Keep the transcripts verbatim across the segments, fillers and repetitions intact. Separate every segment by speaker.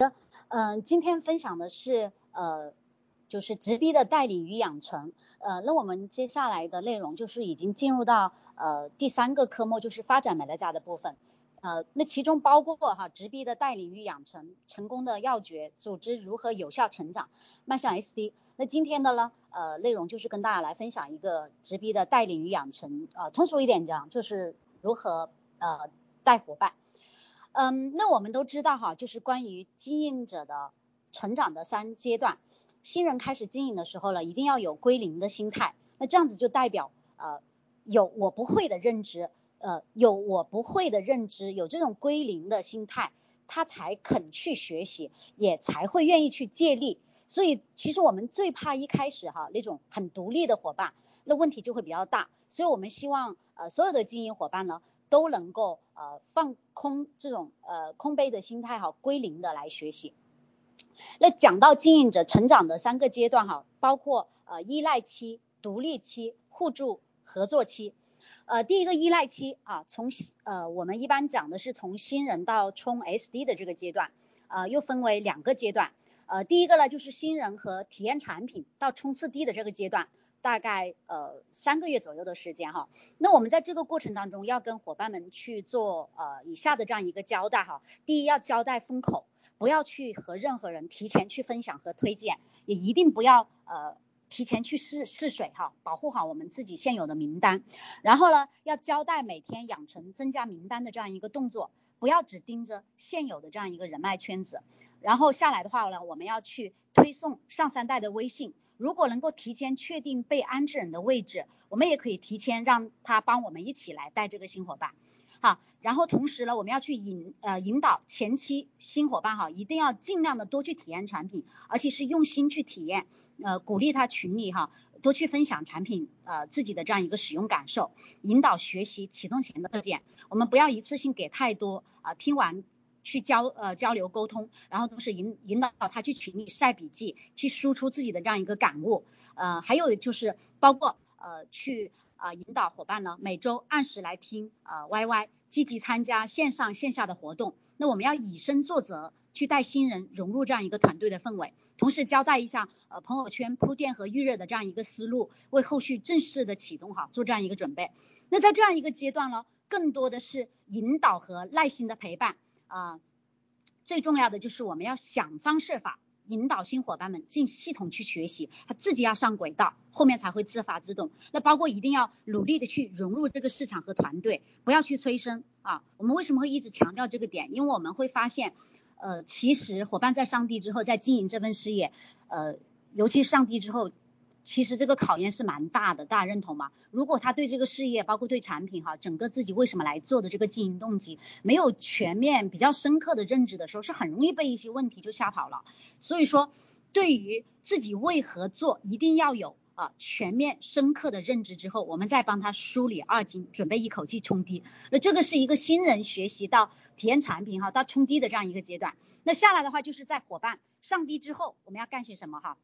Speaker 1: 嗯、呃，今天分享的是呃，就是直逼的带领与养成。呃，那我们接下来的内容就是已经进入到呃第三个科目，就是发展美乐家的部分。呃，那其中包括哈直逼的带领与养成、成功的要诀、组织如何有效成长、迈向 S D。那今天的呢，呃，内容就是跟大家来分享一个直逼的带领与养成，呃，通俗一点讲就是如何呃带伙伴。嗯，那我们都知道哈，就是关于经营者的成长的三阶段。新人开始经营的时候呢，一定要有归零的心态。那这样子就代表呃有我不会的认知，呃有我不会的认知，有这种归零的心态，他才肯去学习，也才会愿意去借力。所以其实我们最怕一开始哈那种很独立的伙伴，那问题就会比较大。所以我们希望呃所有的经营伙伴呢，都能够呃放空这种呃空杯的心态哈，归零的来学习。那讲到经营者成长的三个阶段哈，包括呃依赖期、独立期、互助合作期。呃，第一个依赖期啊，从呃我们一般讲的是从新人到冲 S D 的这个阶段，呃又分为两个阶段。呃，第一个呢就是新人和体验产品到冲刺 D 的这个阶段。大概呃三个月左右的时间哈，那我们在这个过程当中要跟伙伴们去做呃以下的这样一个交代哈。第一，要交代风口，不要去和任何人提前去分享和推荐，也一定不要呃提前去试试水哈，保护好我们自己现有的名单。然后呢，要交代每天养成增加名单的这样一个动作，不要只盯着现有的这样一个人脉圈子。然后下来的话呢，我们要去推送上三代的微信。如果能够提前确定被安置人的位置，我们也可以提前让他帮我们一起来带这个新伙伴。好，然后同时呢，我们要去引呃引导前期新伙伴哈，一定要尽量的多去体验产品，而且是用心去体验，呃鼓励他群里哈多去分享产品呃自己的这样一个使用感受，引导学习启动前的课件。我们不要一次性给太多啊、呃，听完去交呃交流沟通，然后都是引引导他去群里晒笔记，去输出自己的这样一个感悟。呃，还有就是包括呃去啊、呃、引导伙伴呢每周按时来听呃 Y Y， 积极参加线上线下的活动。那我们要以身作则，去带新人融入这样一个团队的氛围，同时交代一下呃朋友圈铺垫和预热的这样一个思路，为后续正式的启动哈做这样一个准备。那在这样一个阶段呢，更多的是引导和耐心的陪伴啊、呃，最重要的就是我们要想方设法引导新伙伴们进系统去学习，他自己要上轨道，后面才会自发自动。那包括一定要努力的去融入这个市场和团队，不要去催生啊。我们为什么会一直强调这个点？因为我们会发现，呃，其实伙伴在上地之后，在经营这份事业，呃，尤其是上地之后。其实这个考验是蛮大的，大家认同吗？如果他对这个事业，包括对产品哈，整个自己为什么来做的这个经营动机没有全面比较深刻的认知的时候，是很容易被一些问题就吓跑了。所以说，对于自己为何做，一定要有啊全面深刻的认知之后，我们再帮他梳理二斤，准备一口气冲低。那这个是一个新人学习到体验产品哈，到冲低的这样一个阶段。那下来的话，就是在伙伴上低之后，我们要干些什么哈？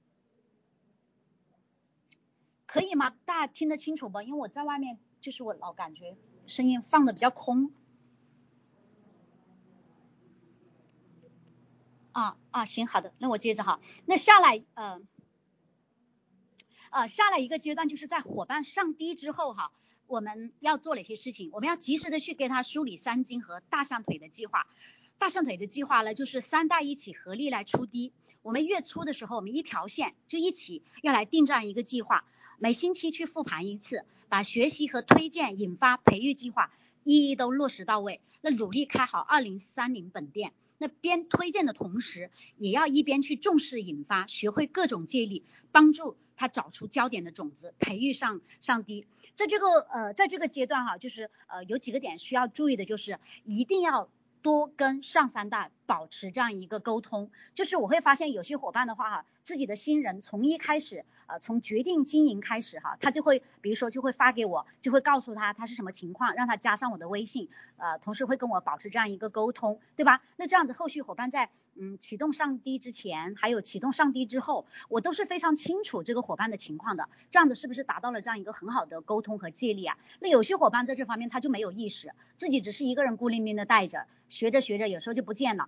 Speaker 1: 可以吗？大家听得清楚不？因为我在外面，就是我老感觉声音放的比较空。啊啊，行，好的，那我接着哈。那下来，呃，呃，下来一个阶段就是在伙伴上低之后哈，我们要做哪些事情？我们要及时的去给他梳理三金和大象腿的计划。大象腿的计划呢，就是三代一起合力来出低。我们月初的时候，我们一条线就一起要来定这样一个计划。每星期去复盘一次，把学习和推荐、引发、培育计划一一都落实到位。那努力开好二零三零本店。那边推荐的同时，也要一边去重视引发，学会各种借力，帮助他找出焦点的种子，培育上上低。在这个呃，在这个阶段哈，就是呃有几个点需要注意的，就是一定要多跟上三代保持这样一个沟通。就是我会发现有些伙伴的话哈，自己的新人从一开始呃从决定经营开始哈，他就会比如说就会发给我，就会告诉他他是什么情况，让他加上我的微信，呃同时会跟我保持这样一个沟通，对吧？那这样子后续伙伴在嗯启动上低之前，还有启动上低之后，我都是非常清楚这个伙伴的情况的，这样子是不是达到了这样一个很好的沟通和借力啊？那有些伙伴在这方面他就没有意识，自己只是一个人孤零零的带着，学着学着有时候就不见了，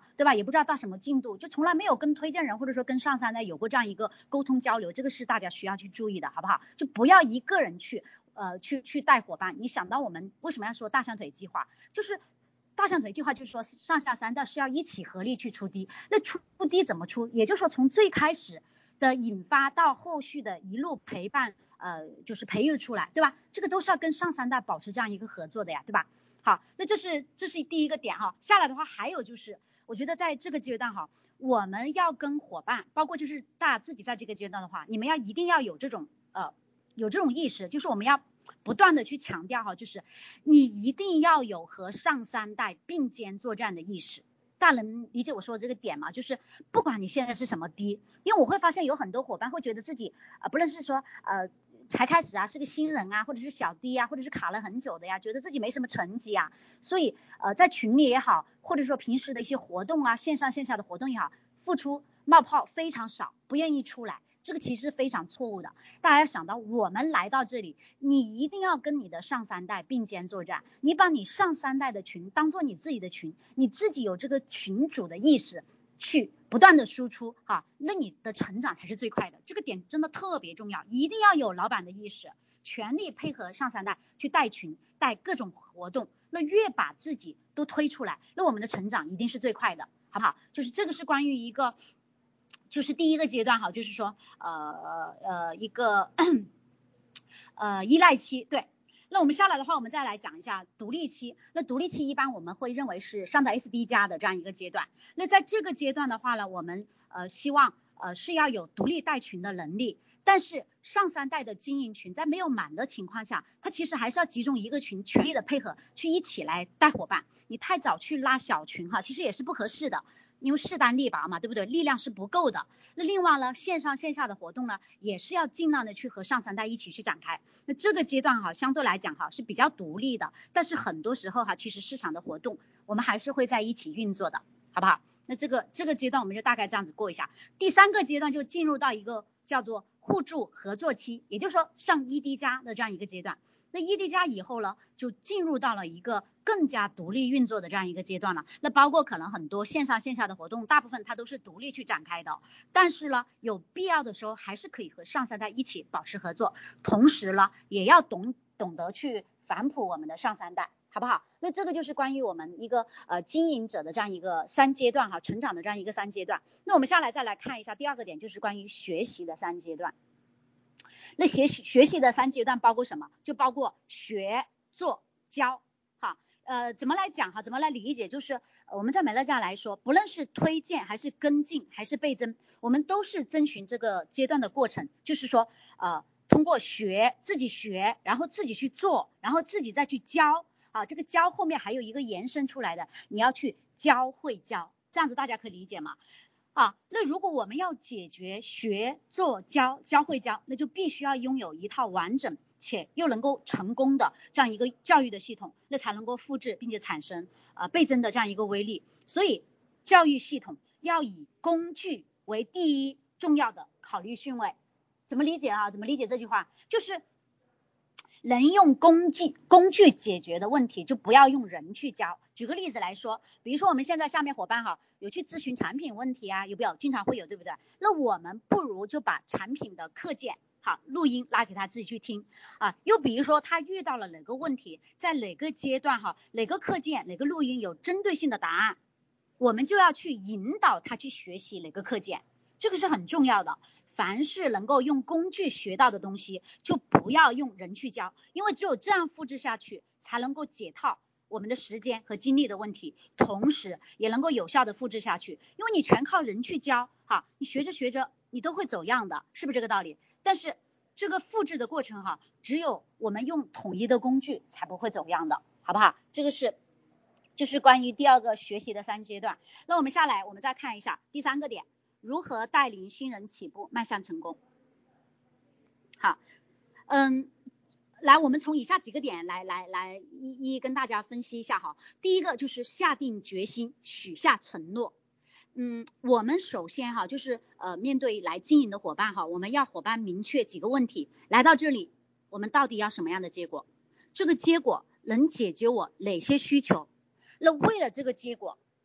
Speaker 1: 对吧？也不知道到什么进度，就从来没有跟推荐人或者说跟上三代有过这样一个沟通交流，这个是大家需要去注意的，好不好？就不要一个人去呃去去带伙伴。你想到我们为什么要说大象腿计划，就是大象腿计划就是说上下三代是要一起合力去出低，那出低怎么出？也就是说从最开始的引发到后续的一路陪伴，呃，就是培育出来，对吧？这个都是要跟上三代保持这样一个合作的呀，对吧？好，那这是这是第一个点哈。下来的话，还有就是，我觉得在这个阶段哈，我们要跟伙伴，包括就是大家自己在这个阶段的话，你们要一定要有这种呃有这种意识，就是我们要不断的去强调哈，就是你一定要有和上三代并肩作战的意识。大家能理解我说的这个点吗？就是不管你现在是什么低，因为我会发现有很多伙伴会觉得自己呃不论是说呃才开始啊，是个新人啊，或者是小低啊，或者是卡了很久的呀，觉得自己没什么成绩啊，所以呃在群里也好，或者说平时的一些活动啊，线上线下的活动也好，付出冒泡非常少，不愿意出来，这个其实非常错误的。大家要想到我们来到这里，你一定要跟你的上三代并肩作战，你把你上三代的群当做你自己的群，你自己有这个群主的意识，去不断的输出啊，那你的成长才是最快的。这个点真的特别重要，一定要有老板的意识，全力配合上三代去带群带各种活动，那越把自己都推出来，那我们的成长一定是最快的，好不好？就是这个是关于一个就是第一个阶段哈，就是说呃呃一个呃依赖期。对，那我们下来的话，我们再来讲一下独立期。那独立期一般我们会认为是上到 S D 加的这样一个阶段。那在这个阶段的话呢，我们呃希望呃是要有独立带群的能力，但是上三代的经营群在没有满的情况下，它其实还是要集中一个群全力的配合去一起来带伙伴。你太早去拉小群哈，其实也是不合适的。因为势单力薄嘛，对不对？力量是不够的。那另外呢，线上线下的活动呢，也是要尽量的去和上三代一起去展开。那这个阶段哈，相对来讲哈是比较独立的，但是很多时候哈，其实市场的活动我们还是会在一起运作的，好不好？那这个这个阶段我们就大概这样子过一下。第三个阶段就进入到一个叫做互助合作期，也就是说上 E D 加的这样一个阶段。那 E D 加以后呢，就进入到了一个更加独立运作的这样一个阶段了。那包括可能很多线上线下的活动，大部分它都是独立去展开的，但是呢，有必要的时候还是可以和上三代一起保持合作，同时呢，也要懂懂得去反哺我们的上三代，好不好？那这个就是关于我们一个呃经营者的这样一个三阶段哈，成长的这样一个三阶段。那我们下来再来看一下第二个点，就是关于学习的三阶段。那学习学习的三阶段包括什么？就包括学、做、教。好，呃，怎么来讲哈？怎么来理解？就是我们在美乐家来说，不论是推荐还是跟进还是倍增，我们都是遵循这个阶段的过程，就是说呃，通过学自己学，然后自己去做，然后自己再去教。啊，这个教后面还有一个延伸出来的，你要去教会教，这样子大家可以理解吗？啊，那如果我们要解决学做教教会教，那就必须要拥有一套完整且又能够成功的这样一个教育的系统，那才能够复制并且产生呃倍增的这样一个威力。所以教育系统要以工具为第一重要的考虑顺位。怎么理解啊？怎么理解这句话？就是能用工具工具解决的问题，就不要用人去教。举个例子来说，比如说我们现在下面伙伴哈，有去咨询产品问题啊，有没有？经常会有，对不对？那我们不如就把产品的课件好录音拉给他自己去听啊。又比如说他遇到了哪个问题，在哪个阶段哈，哪个课件哪个录音有针对性的答案，我们就要去引导他去学习哪个课件，这个是很重要的。凡是能够用工具学到的东西，就不要用人去教，因为只有这样复制下去，才能够解套我们的时间和精力的问题，同时也能够有效的复制下去。因为你全靠人去教，哈，你学着学着你都会走样的，是不是这个道理？但是这个复制的过程哈，只有我们用统一的工具才不会走样的，好不好？这个是就是关于第二个学习的三阶段。那我们下来我们再看一下第三个点，如何带领新人起步迈向成功。好，嗯，来，我们从以下几个点来来来一一跟大家分析一下哈。第一个就是下定决心，许下承诺。嗯，我们首先哈，就是呃，面对来经营的伙伴哈，我们要伙伴明确几个问题。来到这里，我们到底要什么样的结果？这个结果能解决我哪些需求？那为了这个结果，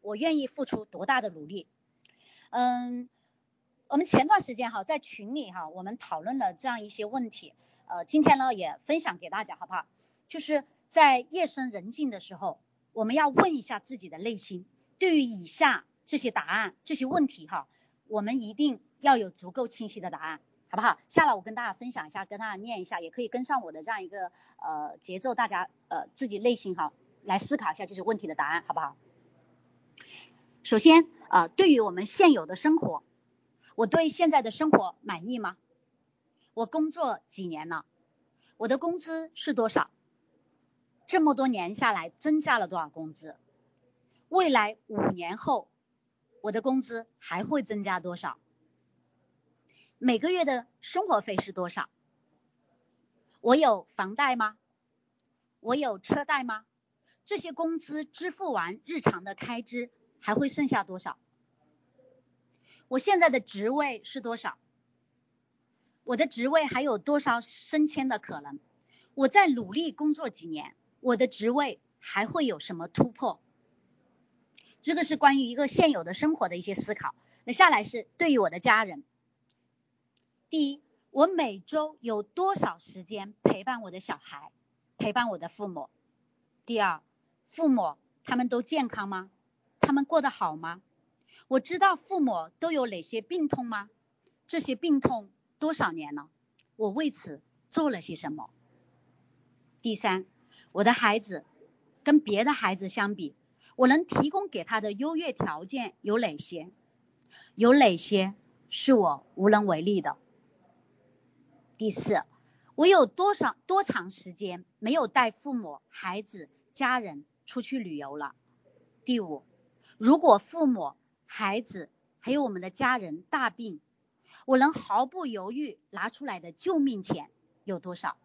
Speaker 1: 我愿意付出多大的努力。嗯，我们前段时间哈在群里哈我们讨论了这样一些问题，呃，今天呢也分享给大家好不好？就是在夜深人静的时候，我们要问一下自己的内心，对于以下这些答案这些问题哈，我们一定要有足够清晰的答案，好不好？下来我跟大家分享一下，跟大家念一下，也可以跟上我的这样一个呃节奏，大家呃自己内心哈来思考一下这些问题的答案，好不好？首先呃对于我们现有的生活，我对现在的生活满意吗？我工作几年了？我的工资是多少？这么多年下来增加了多少工资？未来五年后我的工资还会增加多少？每个月的生活费是多少？我有房贷吗？我有车贷吗？这些工资支付完日常的开支还会剩下多少？我现在的职位是多少？我的职位还有多少升迁的可能？我在努力工作几年，我的职位还会有什么突破？这个是关于一个现有的生活的一些思考。那下来是对于我的家人，第一，我每周有多少时间陪伴我的小孩，陪伴我的父母？第二，父母他们都健康吗？他们过得好吗？我知道父母都有哪些病痛吗？这些病痛多少年了？我为此做了些什么？第三，我的孩子跟别的孩子相比，我能提供给他的优越条件有哪些？有哪些是我无能为力的？第四，我有多少多长时间没有带父母、孩子、家人出去旅游了？第五，如果父母、孩子还有我们的家人大病，我能毫不犹豫拿出来的救命钱有多少？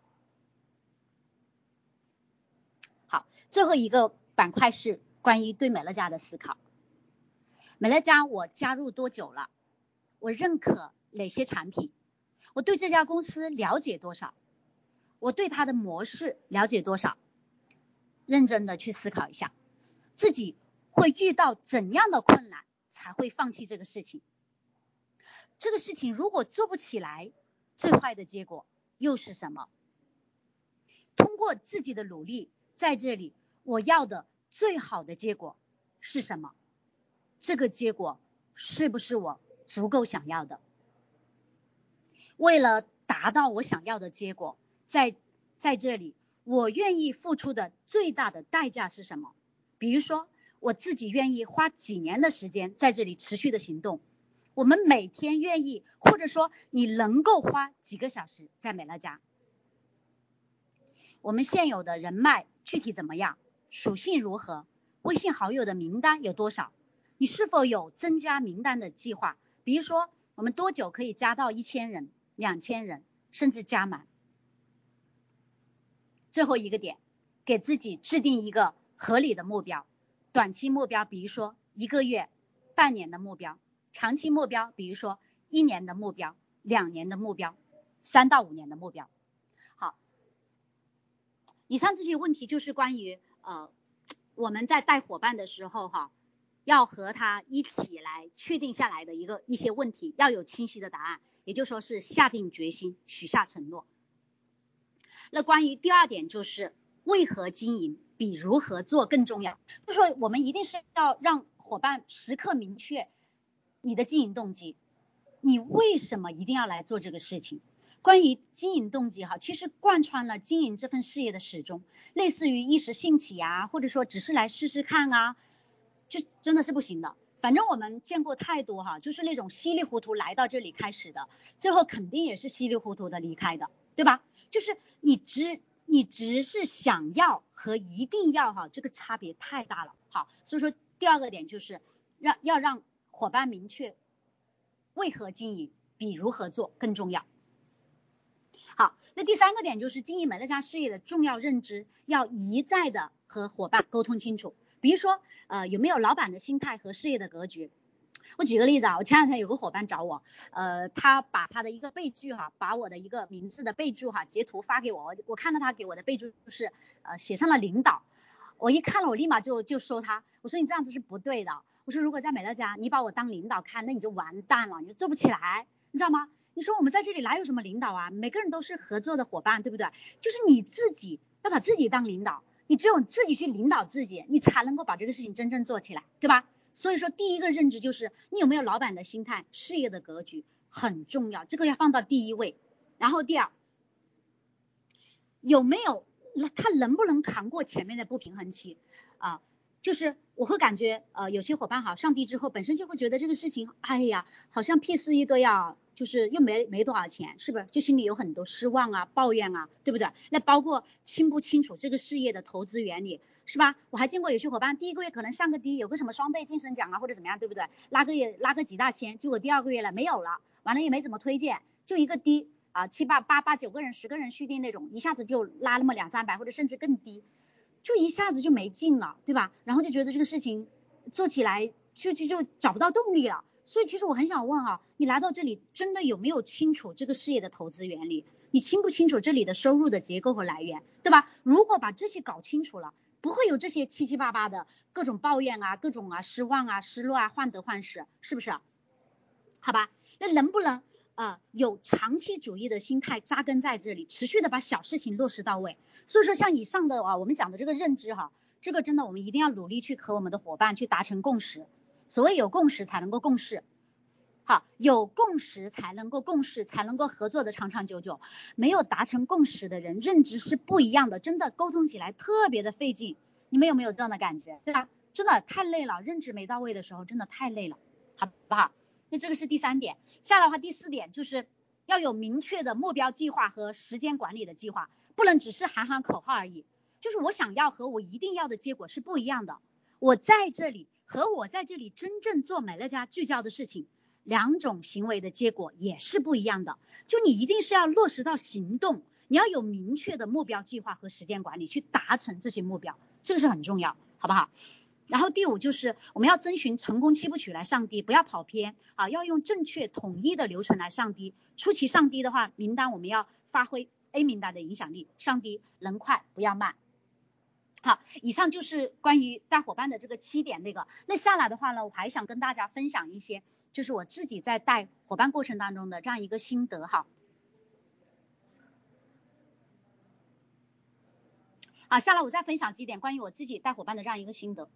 Speaker 1: 好，最后一个板块是关于对美乐家的思考。美乐家我加入多久了？我认可哪些产品？我对这家公司了解多少？我对它的模式了解多少？认真的去思考一下，自己会遇到怎样的困难才会放弃这个事情？这个事情如果做不起来，最坏的结果又是什么？通过自己的努力，在这里我要的最好的结果是什么？这个结果是不是我足够想要的？为了达到我想要的结果，在在这里我愿意付出的最大的代价是什么？比如说我自己愿意花几年的时间在这里持续的行动，我们每天愿意，或者说你能够花几个小时在美乐家。我们现有的人脉具体怎么样？属性如何？微信好友的名单有多少？你是否有增加名单的计划？比如说我们多久可以加到一千人、两千人，甚至加满？最后一个点，给自己制定一个合理的目标，短期目标比如说一个月、半年的目标，长期目标比如说一年的目标、两年的目标、三到五年的目标。好，以上这些问题就是关于呃我们在带伙伴的时候哈，要和他一起来确定下来的一个一些问题，要有清晰的答案，也就是说是下定决心，许下承诺。那关于第二点就是为何经营比如何做更重要，就是说我们一定是要让伙伴时刻明确你的经营动机，你为什么一定要来做这个事情？关于经营动机哈，其实贯穿了经营这份事业的始终，类似于一时兴起啊，或者说只是来试试看啊，就真的是不行的。反正我们见过太多哈，就是那种稀里糊涂来到这里开始的，最后肯定也是稀里糊涂的离开的，对吧？就是你只你只是想要和一定要哈，这个差别太大了。好，所以说第二个点就是让要让伙伴明确为何经营比如何做更重要。好，那第三个点就是经营美乐家事业的重要认知，要一再的和伙伴沟通清楚。比如说，呃，有没有老板的心态和事业的格局？我举个例子啊，我前两天有个伙伴找我，呃，他把他的一个备注哈，把我的一个名字的备注哈截图发给我，我看到他给我的备注是呃写上了领导，我一看了我立马就就说他，我说你这样子是不对的， 我说如果在美乐家你把我当领导看，那你就完蛋了，你就做不起来，你知道吗？你说我们在这里哪有什么领导啊，每个人都是合作的伙伴，对不对？就是你自己要把自己当领导，你只有自己去领导自己，你才能够把这个事情真正做起来，对吧？所以说第一个认知就是你有没有老板的心态，事业的格局很重要，这个要放到第一位。然后第二，有没有他能不能扛过前面的不平衡期啊？就是我会感觉呃有些伙伴哈上帝之后本身就会觉得这个事情哎呀好像屁事一个呀，就是又没没多少钱，是不是就心里有很多失望啊抱怨啊，对不对？那包括清不清楚这个事业的投资原理，是吧？我还见过有些伙伴第一个月可能上个低有个什么双倍晋升奖啊或者怎么样，对不对？拉个月拉个几大千，结果第二个月了没有了，完了也没怎么推荐，就一个低啊七八八八九个人十个人续订那种，一下子就拉那么两三百或者甚至更低，就一下子就没劲了，对吧？然后就觉得这个事情做起来就就就找不到动力了。所以其实我很想问啊，你来到这里真的有没有清楚这个事业的投资原理？你清不清楚这里的收入的结构和来源，对吧？如果把这些搞清楚了，不会有这些七七八八的各种抱怨啊，各种啊失望啊失落啊患得患失，是不是？好吧，那能不能呃有长期主义的心态扎根在这里，持续的把小事情落实到位？所以说像以上的啊我们讲的这个认知哈，这个真的我们一定要努力去和我们的伙伴去达成共识。所谓有共识才能够共事，好，有共识才能够共事，才能够合作的长长久久。没有达成共识的人，认知是不一样的，真的沟通起来特别的费劲。你们有没有这样的感觉？对吧？真的太累了，认知没到位的时候，真的太累了，好不好？那这个是第三点。下来的话，第四点就是要有明确的目标计划和时间管理的计划，不能只是喊喊口号而已。就是我想要和我一定要的结果是不一样的。我在这里和我在这里真正做美乐家聚焦的事情，两种行为的结果也是不一样的。就你一定是要落实到行动，你要有明确的目标计划和时间管理去达成这些目标，这个是很重要，好不好？然后第五就是我们要遵循成功七部曲来上低，不要跑偏啊，要用正确统一的流程来上低。初期上低的话，名单我们要发挥 A 名单的影响力，上低能快不要慢。好，以上就是关于带伙伴的这个七点那个。那下来的话呢，我还想跟大家分享一些，就是我自己在带伙伴过程当中的这样一个心得哈。啊，下来我再分享几点关于我自己带伙伴的这样一个心得。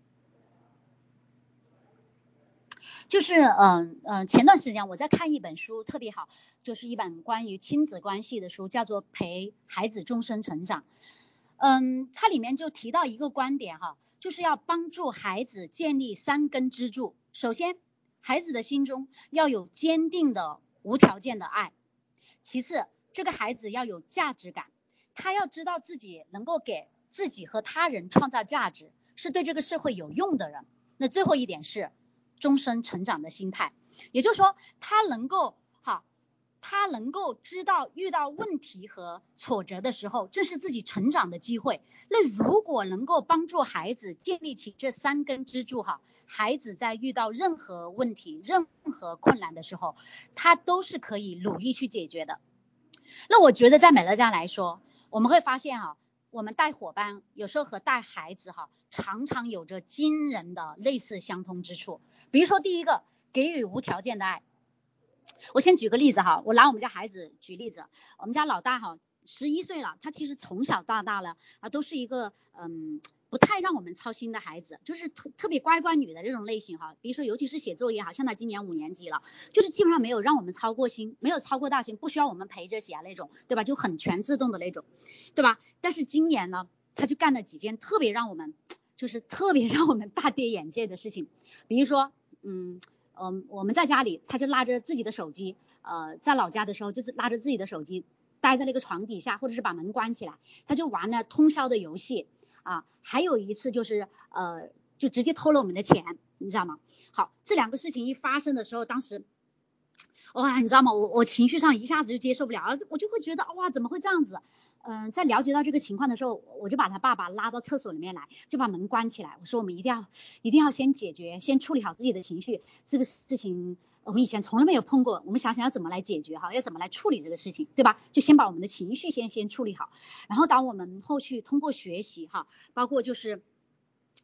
Speaker 1: 就是嗯嗯、呃呃，前段时间我在看一本书，特别好，就是一本关于亲子关系的书，叫做《陪孩子终身成长》。嗯，它里面就提到一个观点哈，就是要帮助孩子建立三根支柱。首先，孩子的心中要有坚定的无条件的爱。其次，这个孩子要有价值感，他要知道自己能够给自己和他人创造价值，是对这个社会有用的人。那最后一点是终身成长的心态，也就是说他能够哈，他能够知道遇到问题和挫折的时候，这是自己成长的机会。那如果能够帮助孩子建立起这三根支柱哈，孩子在遇到任何问题、任何困难的时候，他都是可以努力去解决的。那我觉得在美乐家来说，我们会发现哈，我们带伙伴有时候和带孩子哈，常常有着惊人的类似相通之处。比如说第一个，给予无条件的爱。我先举个例子哈，我拿我们家孩子举例子，我们家老大哈，十一岁了，他其实从小到大了啊，都是一个嗯不太让我们操心的孩子，就是特特别乖乖女的这种类型哈。比如说尤其是写作业哈，像他今年五年级了，就是基本上没有让我们操过心，没有操过大心，不需要我们陪着写啊那种，对吧？就很全自动的那种，对吧？但是今年呢，他就干了几件特别让我们就是特别让我们大跌眼镜的事情，比如说嗯。嗯，我们在家里，他就拉着自己的手机，呃，在老家的时候就是拉着自己的手机，待在那个床底下，或者是把门关起来，他就玩了通宵的游戏啊。还有一次就是呃，就直接偷了我们的钱，你知道吗？好，这两个事情一发生的时候，当时哇，你知道吗？我我情绪上一下子就接受不了，我就会觉得哇，怎么会这样子？嗯、呃，在了解到这个情况的时候，我就把他爸爸拉到厕所里面来，就把门关起来。我说我们一定要一定要先解决，先处理好自己的情绪。这个事情我们以前从来没有碰过，我们想想要怎么来解决哈，要怎么来处理这个事情，对吧？就先把我们的情绪先先处理好，然后当我们后续通过学习哈，包括就是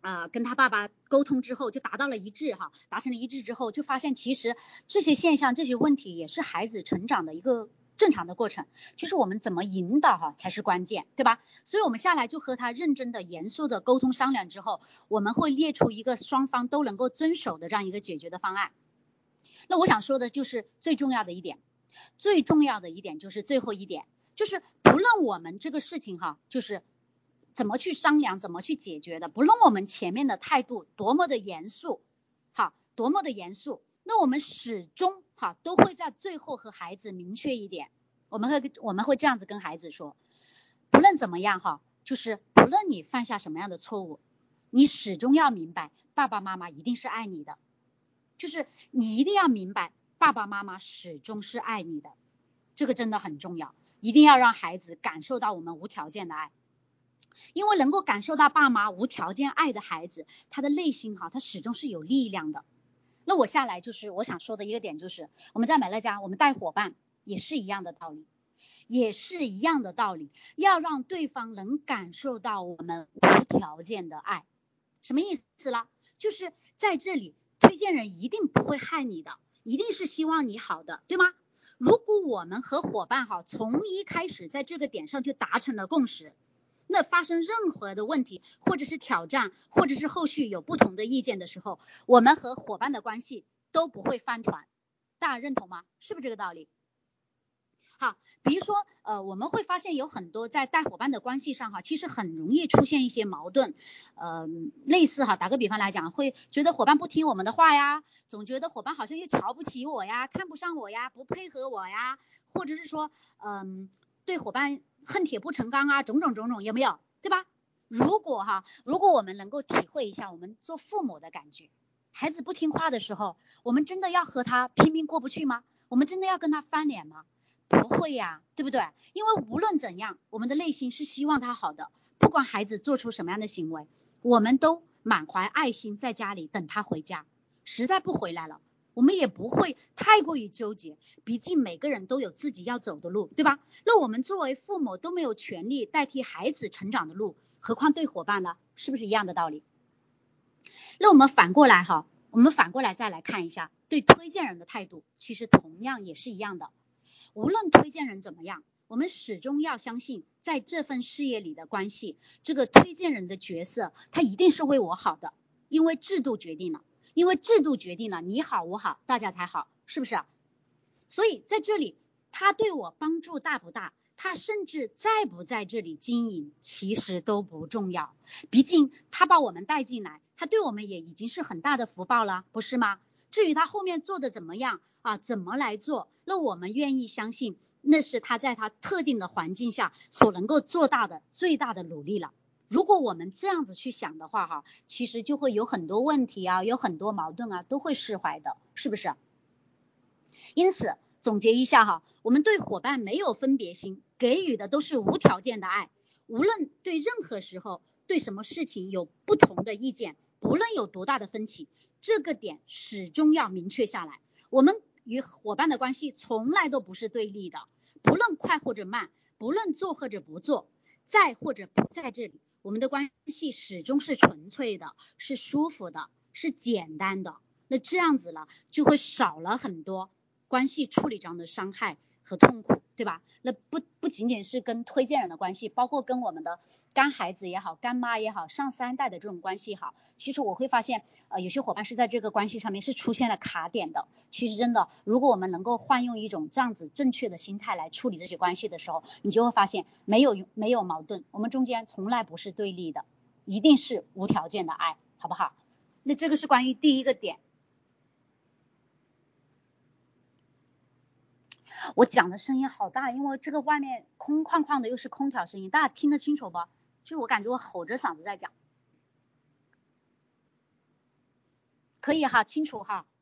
Speaker 1: 呃，跟他爸爸沟通之后就达到了一致哈，达成了一致之后，就发现其实这些现象、这些问题也是孩子成长的一个正常的过程。其实我们怎么引导哈才是关键，对吧？所以我们下来就和他认真的、严肃的沟通商量之后，我们会列出一个双方都能够遵守的这样一个解决的方案。那我想说的就是最重要的一点，最重要的一点就是最后一点，就是不论我们这个事情哈，就是怎么去商量，怎么去解决的，不论我们前面的态度多么的严肃，好，多么的严肃，那我们始终哈都会在最后和孩子明确一点，我们会我们会这样子跟孩子说，不论怎么样哈，就是不论你犯下什么样的错误，你始终要明白，爸爸妈妈一定是爱你的，就是你一定要明白，爸爸妈妈始终是爱你的，这个真的很重要，一定要让孩子感受到我们无条件的爱。因为能够感受到爸妈无条件爱的孩子，他的内心哈，他始终是有力量的。那我下来就是我想说的一个点，就是我们在美乐家，我们带伙伴也是一样的道理，也是一样的道理，要让对方能感受到我们无条件的爱。什么意思啦？就是在这里，推荐人一定不会害你的，一定是希望你好的，对吗？如果我们和伙伴哈从一开始在这个点上就达成了共识，那发生任何的问题或者是挑战，或者是后续有不同的意见的时候，我们和伙伴的关系都不会翻船，大家认同吗？是不是这个道理？好，比如说呃，我们会发现有很多在带伙伴的关系上哈，其实很容易出现一些矛盾，呃，类似哈，打个比方来讲，会觉得伙伴不听我们的话呀，总觉得伙伴好像又瞧不起我呀，看不上我呀，不配合我呀，或者是说嗯、呃，对伙伴恨铁不成钢啊，种种种种，有没有？对吧？如果哈，如果我们能够体会一下我们做父母的感觉，孩子不听话的时候，我们真的要和他拼命过不去吗？我们真的要跟他翻脸吗？不会呀，对不对？因为无论怎样，我们的内心是希望他好的，不管孩子做出什么样的行为，我们都满怀爱心在家里等他回家，实在不回来了，我们也不会太过于纠结，毕竟每个人都有自己要走的路，对吧？那我们作为父母都没有权利代替孩子成长的路，何况对伙伴呢？是不是一样的道理？那我们反过来哈，我们反过来再来看一下，对推荐人的态度，其实同样也是一样的。无论推荐人怎么样，我们始终要相信，在这份事业里的关系，这个推荐人的角色，他一定是为我好的，因为制度决定了，因为制度决定了你好我好，大家才好，是不是？所以在这里，他对我帮助大不大，他甚至在不在这里经营，其实都不重要。毕竟他把我们带进来，他对我们也已经是很大的福报了，不是吗？至于他后面做的怎么样啊，怎么来做，那我们愿意相信，那是他在他特定的环境下所能够做到的最大的努力了。如果我们这样子去想的话哈，其实就会有很多问题啊，有很多矛盾啊，都会释怀的，是不是？因此总结一下哈，我们对伙伴没有分别心，给予的都是无条件的爱，无论对任何时候对什么事情有不同的意见，不论有多大的分歧，这个点始终要明确下来。我们与伙伴的关系从来都不是对立的，不论快或者慢，不论做或者不做，在或者不在这里，我们的关系始终是纯粹的，是舒服的，是简单的。那这样子了，就会少了很多关系处理上的伤害和痛苦，对吧？那不不仅仅是跟推荐人的关系，包括跟我们的干孩子也好，干妈也好，上三代的这种关系好，其实我会发现呃，有些伙伴是在这个关系上面是出现了卡点的。其实真的，如果我们能够换用一种这样子正确的心态来处理这些关系的时候，你就会发现没有没有矛盾，我们中间从来不是对立的，一定是无条件的爱，好不好？那这个是关于第一个点。我讲的声音好大，因为这个外面空旷旷的，又是空调声音，大家听得清楚不？就我感觉我吼着嗓子在讲，可以哈，清楚哈。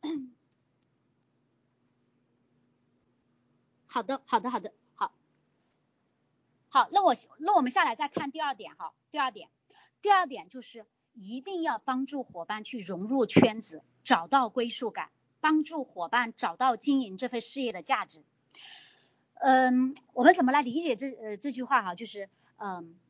Speaker 1: 好的，好的，好的，好，好，那我那我们下来再看第二点哈，第二点，第二点就是一定要帮助伙伴去融入圈子，找到归属感，帮助伙伴找到经营这份事业的价值。嗯，我们怎么来理解这呃这句话哈？就是嗯，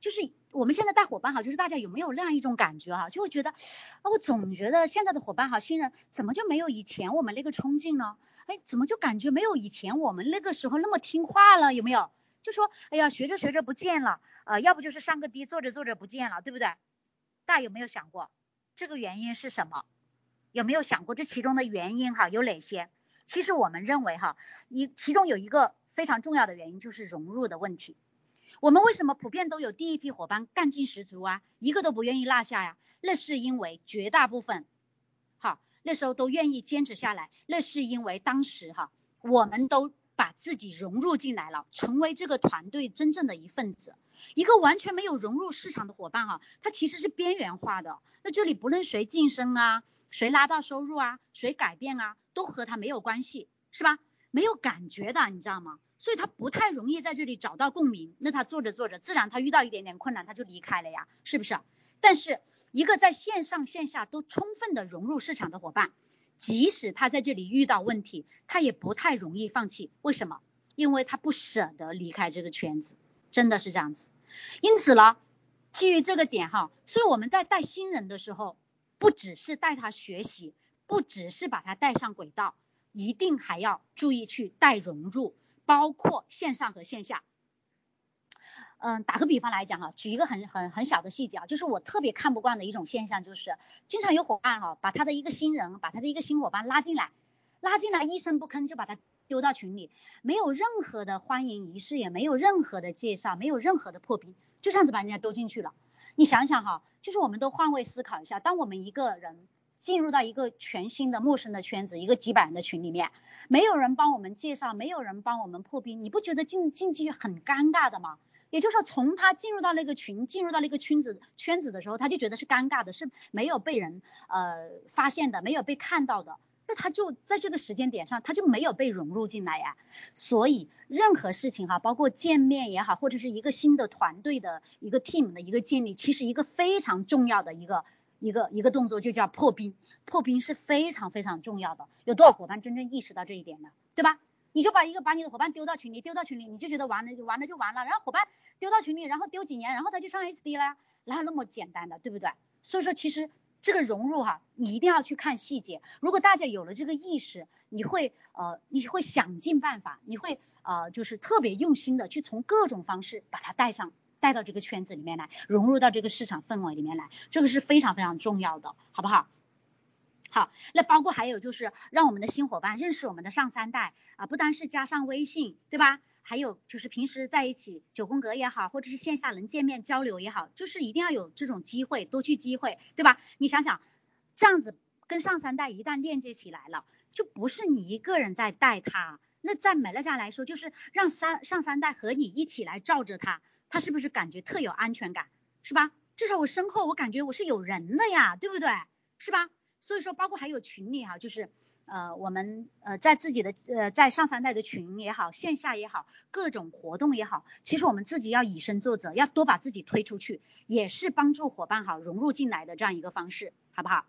Speaker 1: 就是我们现在带伙伴哈，就是大家有没有那样一种感觉哈，就会觉得，啊，我总觉得现在的伙伴哈，新人怎么就没有以前我们那个冲劲呢？哎，怎么就感觉没有以前我们那个时候那么听话了？有没有？就说，哎呀，学着学着不见了，呃，要不就是上个低，做着做着不见了，对不对？大家有没有想过这个原因是什么？有没有想过这其中的原因哈有哪些？其实我们认为哈，一其中有一个非常重要的原因就是融入的问题。我们为什么普遍都有第一批伙伴干劲十足啊，一个都不愿意落下呀？那是因为绝大部分好那时候都愿意坚持下来，那是因为当时哈我们都把自己融入进来了，成为这个团队真正的一份子。一个完全没有融入市场的伙伴哈，他其实是边缘化的。那这里不论谁晋升啊，谁拉到收入啊，谁改变啊，都和他没有关系，是吧？没有感觉的，你知道吗？所以他不太容易在这里找到共鸣。那他做着做着，自然他遇到一点点困难，他就离开了呀，是不是？但是一个在线上线下都充分的融入市场的伙伴，即使他在这里遇到问题，他也不太容易放弃。为什么？因为他不舍得离开这个圈子，真的是这样子。因此呢，基于这个点哈，所以我们在带新人的时候，不只是带他学习，不只是把他带上轨道，一定还要注意去带融入，包括线上和线下。嗯，打个比方来讲哈，举一个很很很小的细节啊，就是我特别看不惯的一种现象，就是经常有伙伴哈，把他的一个新人，把他的一个新伙伴拉进来，拉进来一声不吭就把他丢到群里，没有任何的欢迎仪式，也没有任何的介绍，没有任何的破冰，就这样子把人家丢进去了。你想想哈，就是我们都换位思考一下，当我们一个人进入到一个全新的陌生的圈子，一个几百人的群里面，没有人帮我们介绍，没有人帮我们破冰，你不觉得进进去很尴尬的吗？也就是说，从他进入到那个群，进入到那个圈子圈子的时候，他就觉得是尴尬的，是没有被人呃发现的，没有被看到的。那他就在这个时间点上，他就没有被融入进来呀。所以任何事情哈，包括见面也好，或者是一个新的团队的一个 team 的一个建立，其实一个非常重要的一个一个一个动作就叫破冰。破冰是非常非常重要的。有多少伙伴真正意识到这一点呢？对吧？你就把一个把你的伙伴丢到群里，丢到群里，你就觉得完了就完了就完了，然后伙伴丢到群里，然后丢几年，然后他就上 S D 了，哪有那么简单的，对不对？所以说其实这个融入哈，你一定要去看细节。如果大家有了这个意识，你会呃你会想尽办法，你会呃就是特别用心的去从各种方式把它带上，带到这个圈子里面来，融入到这个市场氛围里面来，这个是非常非常重要的，好不好？好，那包括还有就是让我们的新伙伴认识我们的上三代啊，不单是加上微信，对吧？还有就是平时在一起九宫格也好，或者是线下能见面交流也好，就是一定要有这种机会，多去机会，对吧？你想想，这样子跟上三代一旦链接起来了，就不是你一个人在带他，那在美乐家来说，就是让三上三代和你一起来罩着他，他是不是感觉特有安全感，是吧？至少我身后我感觉我是有人的呀，对不对？是吧？所以说包括还有群里哈，就是呃我们呃在自己的呃在上三代的群也好，线下也好，各种活动也好，其实我们自己要以身作则，要多把自己推出去，也是帮助伙伴好融入进来的这样一个方式，好不好？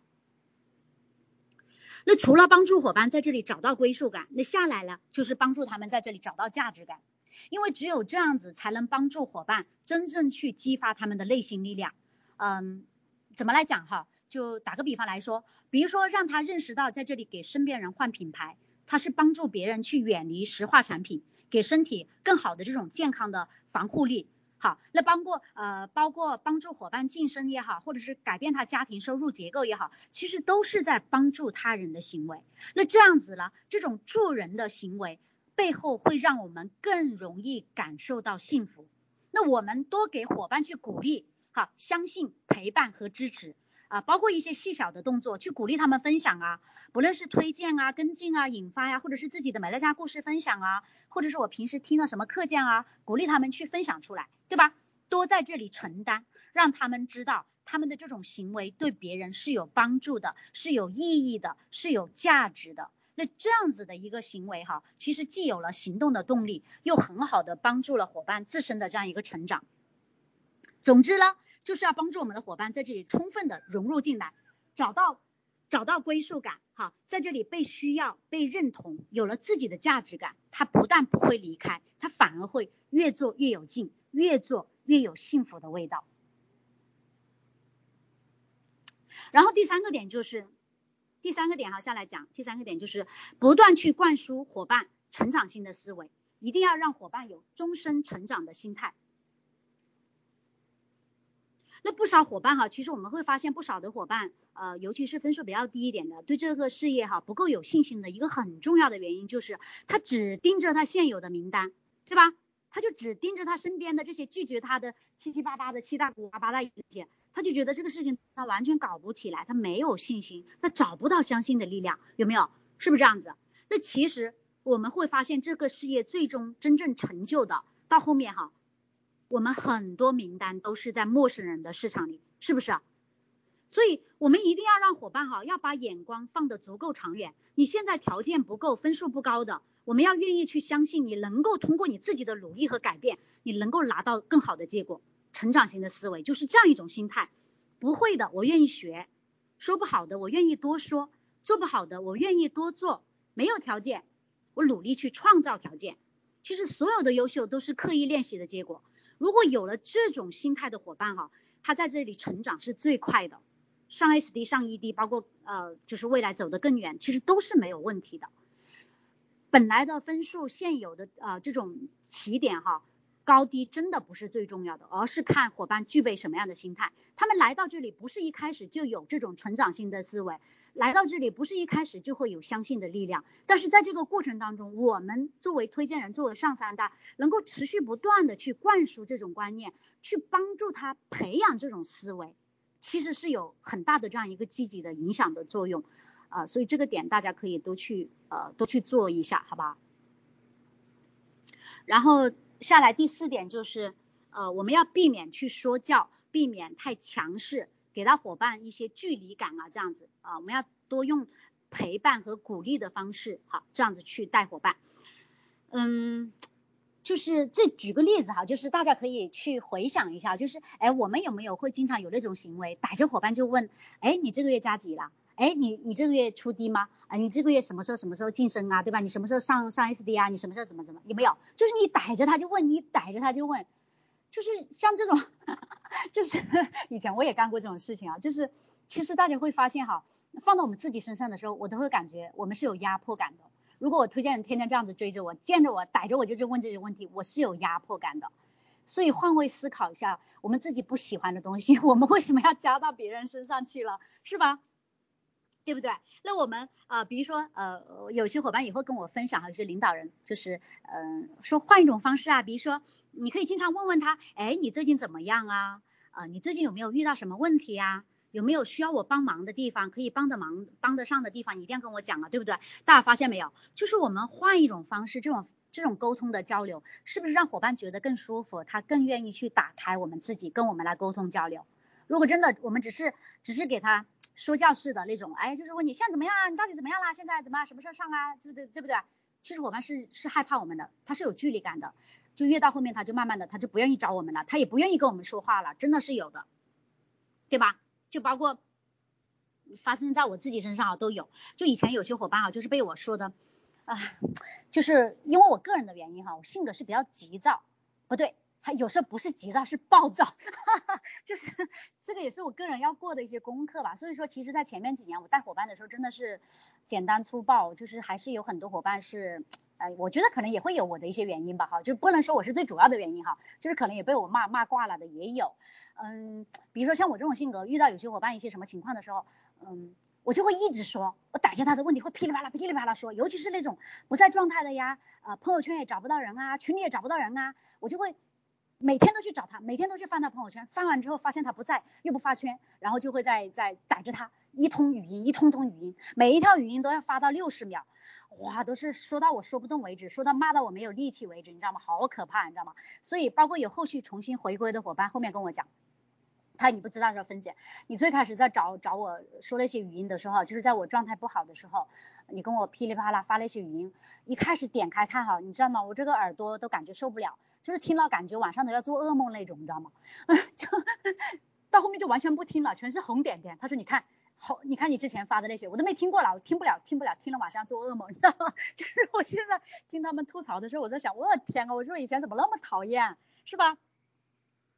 Speaker 1: 那除了帮助伙伴在这里找到归属感，那下来了就是帮助他们在这里找到价值感，因为只有这样子才能帮助伙伴真正去激发他们的内心力量。嗯，怎么来讲哈？就打个比方来说，比如说让他认识到在这里给身边人换品牌，他是帮助别人去远离石化产品，给身体更好的这种健康的防护力。好，那包括呃包括帮助伙伴晋升也好，或者是改变他家庭收入结构也好，其实都是在帮助他人的行为。那这样子呢，这种助人的行为背后会让我们更容易感受到幸福。那我们多给伙伴去鼓励，好，相信、陪伴和支持啊，包括一些细小的动作，去鼓励他们分享啊，不论是推荐啊、跟进啊、引发呀、啊，或者是自己的美乐家故事分享啊，或者是我平时听了什么课件啊，鼓励他们去分享出来，对吧？多在这里承担，让他们知道他们的这种行为对别人是有帮助的，是有意义的，是有价值的。那这样子的一个行为哈，其实既有了行动的动力，又很好的帮助了伙伴自身的这样一个成长。总之呢，就是要帮助我们的伙伴在这里充分的融入进来，找到找到归属感哈，在这里被需要、被认同，有了自己的价值感，他不但不会离开，他反而会越做越有劲，越做越有幸福的味道。然后第三个点就是第三个点好下来讲，第三个点就是不断去灌输伙伴成长性的思维，一定要让伙伴有终身成长的心态。那不少伙伴哈，其实我们会发现不少的伙伴，呃，尤其是分数比较低一点的，对这个事业哈不够有信心的一个很重要的原因就是他只盯着他现有的名单，对吧？他就只盯着他身边的这些拒绝他的七七八八的七大姑八大姨姐，他就觉得这个事情他完全搞不起来，他没有信心，他找不到相信的力量，有没有？是不是这样子？那其实我们会发现这个事业最终真正成就的，到后面哈，我们很多名单都是在陌生人的市场里，是不是啊？所以我们一定要让伙伴哈，要把眼光放得足够长远。你现在条件不够，分数不高的，我们要愿意去相信你能够通过你自己的努力和改变，你能够拿到更好的结果。成长型的思维就是这样一种心态。不会的我愿意学，说不好的我愿意多说，做不好的我愿意多做，没有条件我努力去创造条件。其实所有的优秀都是刻意练习的结果。如果有了这种心态的伙伴哈，他在这里成长是最快的，上 S D 上 E D 包括呃就是未来走得更远，其实都是没有问题的。本来的分数现有的呃这种起点哈高低真的不是最重要的，而是看伙伴具备什么样的心态。他们来到这里不是一开始就有这种成长性的思维，来到这里不是一开始就会有相信的力量，但是在这个过程当中，我们作为推荐人，作为上三代，能够持续不断的去灌输这种观念，去帮助他培养这种思维，其实是有很大的这样一个积极的影响的作用啊、呃，所以这个点大家可以都去呃都去做一下，好吧？然后下来第四点就是呃我们要避免去说教，避免太强势，给到伙伴一些距离感啊，这样子啊、呃，我们要多用陪伴和鼓励的方式，好，这样子去带伙伴。嗯，就是这举个例子哈，就是大家可以去回想一下，就是哎，我们有没有会经常有那种行为，逮着伙伴就问，哎，你这个月加几了？哎，你你这个月出低吗？啊，你这个月什么时候什么时候晋升啊，对吧？你什么时候上上 S D 啊？你什么时候怎么怎么？有没有？就是你逮着他就问，你逮着他就问，就是像这种，就是以前我也干过这种事情啊，就是其实大家会发现哈，放到我们自己身上的时候，我都会感觉我们是有压迫感的。如果我推荐人天天这样子追着我，见着我逮着我就去问这些问题，我是有压迫感的。所以换位思考一下，我们自己不喜欢的东西，我们为什么要加到别人身上去了，是吧？对不对？那我们呃，比如说呃，有些伙伴也会跟我分享，有些领导人就是嗯、呃，说换一种方式啊，比如说你可以经常问问他，哎，你最近怎么样啊？呃，你最近有没有遇到什么问题呀、啊？有没有需要我帮忙的地方，可以帮得忙帮得上的地方，你一定要跟我讲啊，对不对？大家发现没有？就是我们换一种方式，这种这种沟通的交流，是不是让伙伴觉得更舒服？他更愿意去打开我们自己，跟我们来沟通交流。如果真的我们只是只是给他说教式的那种，哎，就是问你现在怎么样啊？你到底怎么样啦？现在怎么什么时候上啊？对不对？对不对？其实伙伴是是害怕我们的，他是有距离感的，就越到后面他就慢慢的他就不愿意找我们了，他也不愿意跟我们说话了，真的是有的，对吧？就包括发生在我自己身上都有。就以前有些伙伴啊，就是被我说的，啊、呃，就是因为我个人的原因哈，我性格是比较急躁，不对。还有时候不是急躁是暴躁，哈哈，就是这个也是我个人要过的一些功课吧。所以说其实在前面几年我带伙伴的时候真的是简单粗暴，就是还是有很多伙伴是呃，我觉得可能也会有我的一些原因吧哈，就不能说我是最主要的原因哈，就是可能也被我骂骂挂了的也有。嗯，比如说像我这种性格，遇到有些伙伴一些什么情况的时候，嗯，我就会一直说，我逮着他的问题会噼里啪啦噼里啪啦说，尤其是那种不在状态的呀，呃，朋友圈也找不到人啊，群里也找不到人啊，我就会每天都去找他，每天都去翻他朋友圈，翻完之后发现他不在，又不发圈，然后就会再再逮着他一通语音，一通通语音，每一条语音都要发到六十秒，哇，都是说到我说不动为止，说到骂到我没有力气为止，你知道吗？好可怕，你知道吗？所以包括有后续重新回归的伙伴，后面跟我讲。他你不知道说芬姐，你最开始在找找我说那些语音的时候，就是在我状态不好的时候，你跟我噼里啪啦发那些语音，一开始点开看哈，你知道吗？我这个耳朵都感觉受不了，就是听了感觉晚上都要做噩梦那种，你知道吗？就到后面就完全不听了，全是红点点。他说你看好，你看你之前发的那些我都没听过了，我听不了听不了，听了晚上做噩梦，你知道吗？就是我现在听他们吐槽的时候，我在想，我的天啊，我说以前怎么那么讨厌，是吧？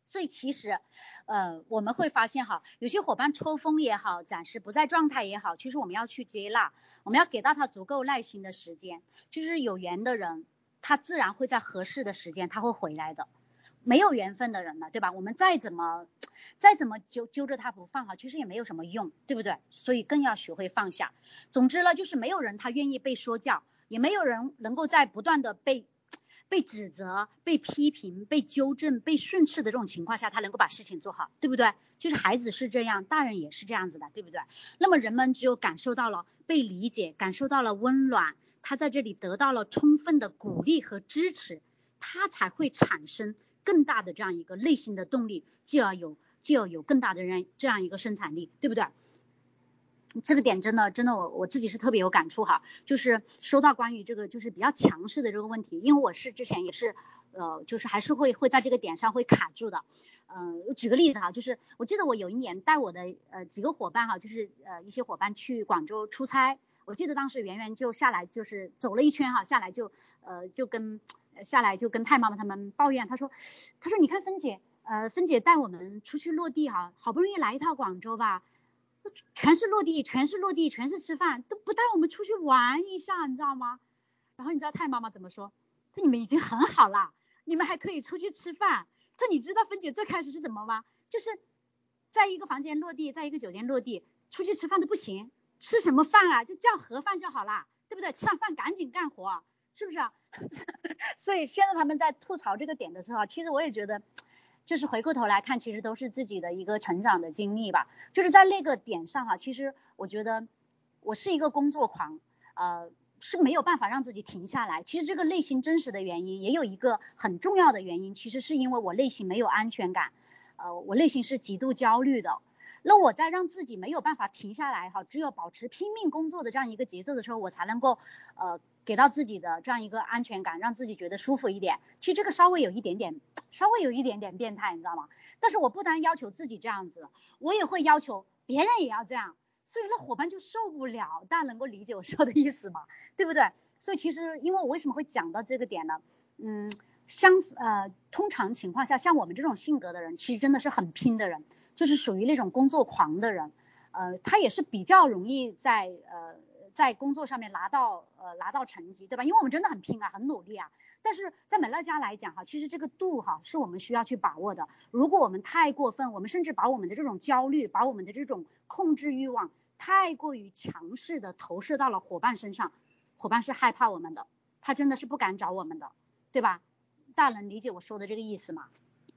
Speaker 1: 所以其实呃我们会发现哈，有些伙伴抽风也好，暂时不在状态也好，其实我们要去接纳，我们要给到他足够耐心的时间，就是有缘的人他自然会在合适的时间他会回来的，没有缘分的人呢，对吧？我们再怎么再怎么揪揪着他不放哈，其实也没有什么用，对不对？所以更要学会放下。总之呢，就是没有人他愿意被说教，也没有人能够在不断的被被指责、被批评、被纠正、被训斥的这种情况下，他能够把事情做好，对不对？就是孩子是这样，大人也是这样子的，对不对？那么人们只有感受到了被理解，感受到了温暖，他在这里得到了充分的鼓励和支持，他才会产生更大的这样一个内心的动力，继而有继而有更大的人这样一个生产力，对不对？这个点真的真的我我自己是特别有感触哈，就是说到关于这个就是比较强势的这个问题，因为我是之前也是呃就是还是会会在这个点上会卡住的。嗯、呃，举个例子哈，就是我记得我有一年带我的呃几个伙伴哈，就是呃一些伙伴去广州出差，我记得当时圆圆就下来就是走了一圈哈，下来就呃就跟下来就跟太妈妈他们抱怨，他说他说你看芬姐呃芬姐带我们出去落地哈，好不容易来一趟广州吧，全是落地，全是落地，全是吃饭，都不带我们出去玩一下，你知道吗？然后你知道太妈妈怎么说？说你们已经很好了，你们还可以出去吃饭。说你知道芬姐最开始是怎么吗？就是在一个房间落地，在一个酒店落地，出去吃饭都不行，吃什么饭啊？就叫盒饭就好了，对不对？吃完饭赶紧干活，是不是啊？所以现在他们在吐槽这个点的时候，其实我也觉得。就是回过头来看，其实都是自己的一个成长的经历吧。就是在那个点上哈，其实我觉得我是一个工作狂，呃是没有办法让自己停下来。其实这个内心真实的原因也有一个很重要的原因，其实是因为我内心没有安全感，呃我内心是极度焦虑的。那我在让自己没有办法停下来哈，只有保持拼命工作的这样一个节奏的时候，我才能够呃给到自己的这样一个安全感，让自己觉得舒服一点。其实这个稍微有一点点稍微有一点点变态，你知道吗？但是我不单要求自己这样子，我也会要求别人也要这样，所以那伙伴就受不了。大家能够理解我说的意思吗？对不对？所以其实因为我为什么会讲到这个点呢？嗯，相呃通常情况下，像我们这种性格的人，其实真的是很拼的人，就是属于那种工作狂的人，呃，他也是比较容易在呃在工作上面拿到呃拿到成绩，对吧？因为我们真的很拼啊，很努力啊。但是在美乐家来讲哈，其实这个度哈是我们需要去把握的。如果我们太过分，我们甚至把我们的这种焦虑，把我们的这种控制欲望太过于强势的投射到了伙伴身上，伙伴是害怕我们的，他真的是不敢找我们的，对吧？大家能理解我说的这个意思吗？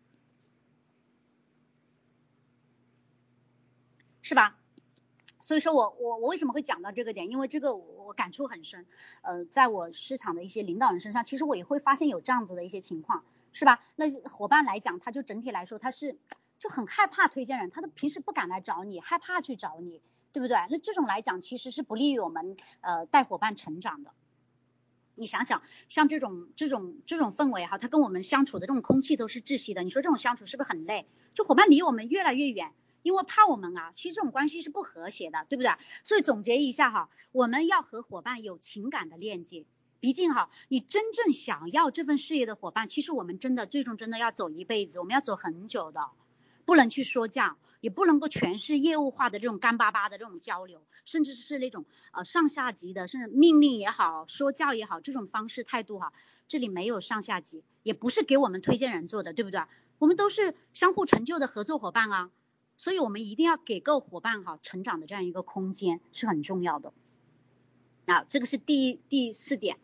Speaker 1: 是吧？所以说我我我为什么会讲到这个点？因为这个我感触很深，呃，在我市场的一些领导人身上，其实我也会发现有这样子的一些情况，是吧？那伙伴来讲，他就整体来说他是就很害怕推荐人，他都平时不敢来找你，害怕去找你，对不对？那这种来讲其实是不利于我们呃带伙伴成长的。你想想，像这种这种这种氛围哈，他跟我们相处的这种空气都是窒息的，你说这种相处是不是很累？就伙伴离我们越来越远，因为怕我们啊，其实这种关系是不和谐的，对不对？所以总结一下哈，我们要和伙伴有情感的链接。毕竟哈，你真正想要这份事业的伙伴，其实我们真的最终真的要走一辈子，我们要走很久的，不能去说教，也不能够全是业务化的这种干巴巴的这种交流，甚至是那种呃上下级的，甚至命令也好，说教也好，这种方式态度哈，这里没有上下级，也不是给我们推荐人做的，对不对？我们都是相互成就的合作伙伴啊，所以我们一定要给够伙伴哈成长的这样一个空间是很重要的。啊，这个是第第四点。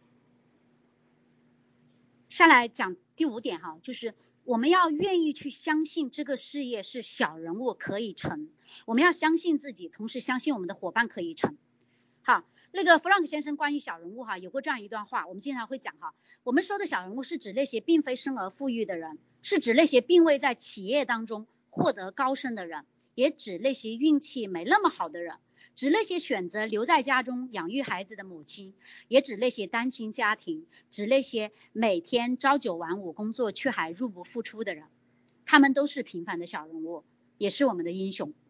Speaker 1: 下来讲第五点哈，就是我们要愿意去相信这个事业是小人物可以成，我们要相信自己，同时相信我们的伙伴可以成。好，那个弗朗克先生关于小人物哈有过这样一段话，我们经常会讲哈，我们说的小人物是指那些并非生而富裕的人，是指那些并未在企业当中获得高升的人，也指那些运气没那么好的人，指那些选择留在家中养育孩子的母亲，也指那些单亲家庭，指那些每天朝九晚五工作却还入不敷出的人，他们都是平凡的小人物，也是我们的英雄。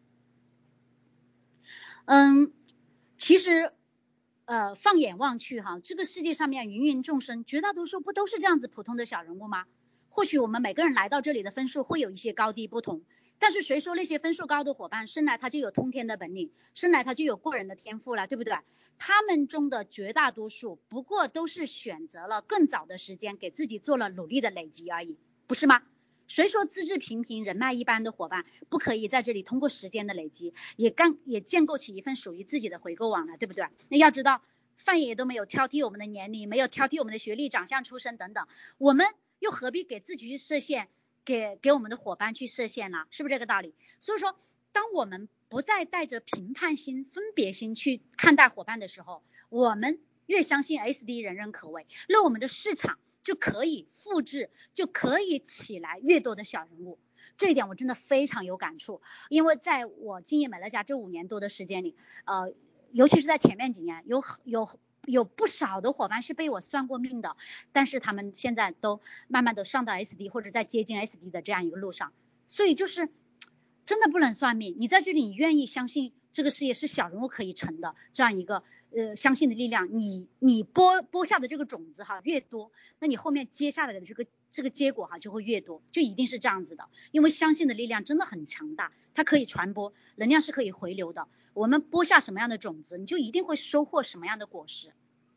Speaker 1: 嗯，其实呃放眼望去哈，这个世界上面芸芸众生，绝大多数不都是这样子普通的小人物吗？ 或许我们每个人来到这里的分数会有一些高低不同，但是谁说那些分数高的伙伴生来他就有通天的本领，生来他就有过人的天赋了，对不对？他们中的绝大多数不过都是选择了更早的时间给自己做了努力的累积而已，不是吗？谁说资质平平人脉一般的伙伴不可以在这里通过时间的累积也干也建构起一份属于自己的回购网了，对不对？那要知道范爷都没有挑剔我们的年龄，没有挑剔我们的学历、长相、出身等等，我们又何必给自己去设限，给给我们的伙伴去设限呢？是不是这个道理？所以说当我们不再带着评判心、分别心去看待伙伴的时候，我们越相信 S D 人人可为，那我们的市场就可以复制，就可以起来越多的小人物。这一点我真的非常有感触，因为在我经营美乐家这五年多的时间里，呃，尤其是在前面几年，有有有不少的伙伴是被我算过命的，但是他们现在都慢慢的上到 S D 或者在接近 S D 的这样一个路上，所以就是真的不能算命，你在这里你愿意相信这个事业是小人物可以成的这样一个呃相信的力量，你你播播下的这个种子哈越多，那你后面接下来的这个这个结果哈就会越多，就一定是这样子的，因为相信的力量真的很强大，它可以传播，能量是可以回流的，我们播下什么样的种子，你就一定会收获什么样的果实。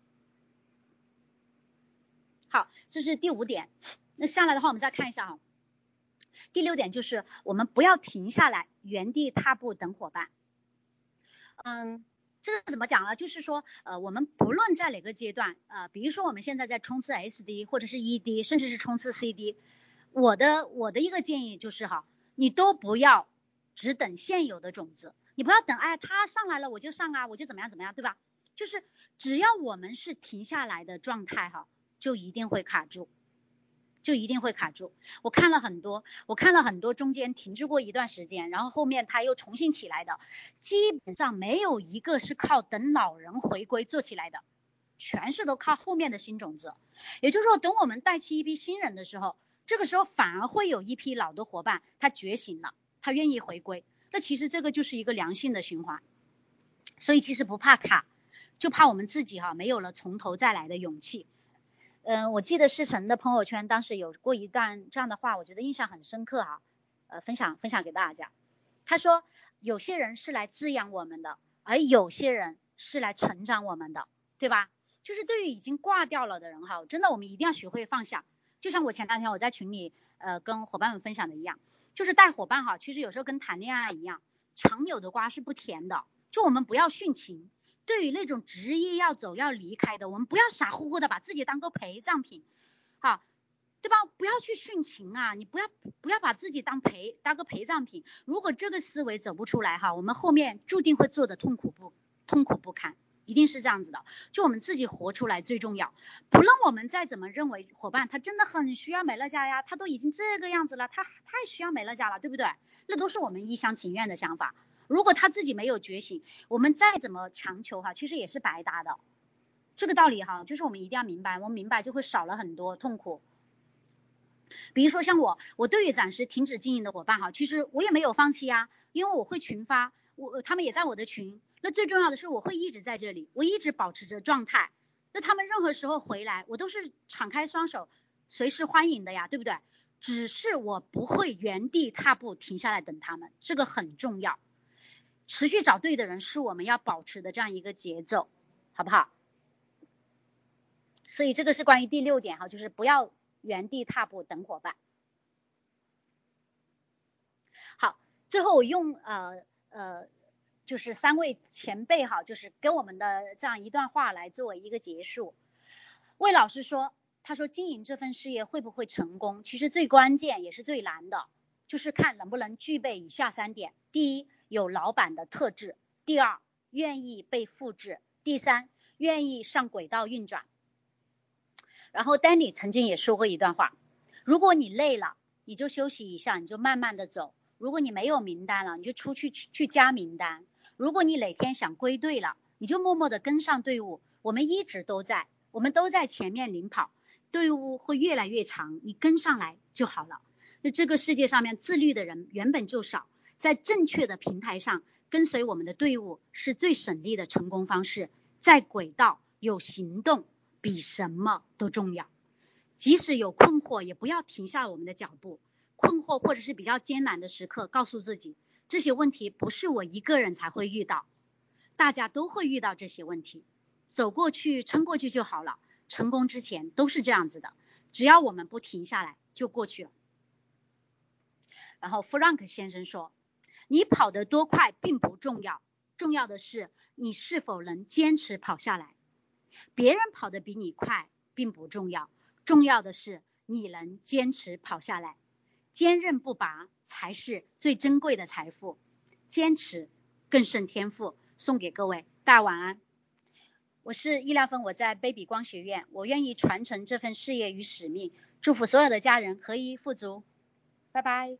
Speaker 1: 好，这是第五点。那下来的话我们再看一下哈，第六点就是我们不要停下来原地踏步等伙伴。嗯，这个怎么讲呢？就是说，呃，我们不论在哪个阶段，呃，比如说我们现在在冲刺 S D 或者是 E D， 甚至是冲刺 C D， 我的我的一个建议就是哈，你都不要只等现有的种子，你不要等，哎，他上来了我就上啊，我就怎么样怎么样，对吧？就是只要我们是停下来的状态哈，就一定会卡住。就一定会卡住。我看了很多，我看了很多中间停滞过一段时间，然后后面他又重新起来的，基本上没有一个是靠等老人回归做起来的，全是都靠后面的新种子。也就是说，等我们带起一批新人的时候，这个时候反而会有一批老的伙伴他觉醒了，他愿意回归。那其实这个就是一个良性的循环。所以其实不怕卡，就怕我们自己哈、啊、没有了从头再来的勇气。嗯，我记得世成的朋友圈当时有过一段这样的话，我觉得印象很深刻啊，呃，分享分享给大家。他说，有些人是来滋养我们的，而有些人是来成长我们的，对吧？就是对于已经挂掉了的人哈，真的我们一定要学会放下。就像我前两天我在群里呃跟伙伴们分享的一样，就是带伙伴哈，其实有时候跟谈恋爱一样，常有的瓜是不甜的，就我们不要殉情。对于那种执意要走要离开的，我们不要傻乎乎的把自己当个陪葬品，好，对吧？不要去殉情啊，你不要不要把自己当陪当个陪葬品。如果这个思维走不出来哈，我们后面注定会做的痛苦不痛苦不堪，一定是这样子的。就我们自己活出来最重要。不论我们再怎么认为伙伴他真的很需要美乐家呀，他都已经这个样子了，他太需要美乐家了，对不对？那都是我们一厢情愿的想法。如果他自己没有觉醒，我们再怎么强求哈，其实也是白搭的。这个道理哈，就是我们一定要明白，我们明白就会少了很多痛苦。比如说像我，我对于暂时停止经营的伙伴哈，其实我也没有放弃啊，因为我会群发，我他们也在我的群。那最重要的是我会一直在这里，我一直保持着状态。那他们任何时候回来，我都是敞开双手，随时欢迎的呀，对不对？只是我不会原地踏步停下来等他们，这个很重要。持续找对的人是我们要保持的这样一个节奏，好不好？所以这个是关于第六点哈，就是不要原地踏步等伙伴。好，最后我用呃呃就是三位前辈哈，就是跟我们的这样一段话来作为一个结束。魏老师说，他说经营这份事业会不会成功，其实最关键也是最难的，就是看能不能具备以下三点：第一，有老板的特质；第二，愿意被复制；第三，愿意上轨道运转。然后丹尼曾经也说过一段话，如果你累了，你就休息一下，你就慢慢的走；如果你没有名单了，你就出去去去加名单；如果你哪天想归队了，你就默默的跟上队伍。我们一直都在，我们都在前面领跑，队伍会越来越长，你跟上来就好了。那这个世界上面自律的人原本就少，在正确的平台上跟随我们的队伍是最省力的成功方式。在轨道有行动比什么都重要。 即使有困惑，也不要停下我们的脚步。困惑或者是比较艰难的时刻，告诉自己，这些问题不是我一个人才会遇到，大家都会遇到这些问题，走过去撑过去就好了。成功之前都是这样子的，只要我们不停下来就过去了。然后弗朗克先生说，你跑得多快并不重要，重要的是你是否能坚持跑下来。别人跑得比你快并不重要，重要的是你能坚持跑下来。坚韧不拔才是最珍贵的财富，坚持更胜天赋。送给各位，大家晚安。我是易亮芬，我在卑比光学院，我愿意传承这份事业与使命，祝福所有的家人合一富足。拜拜。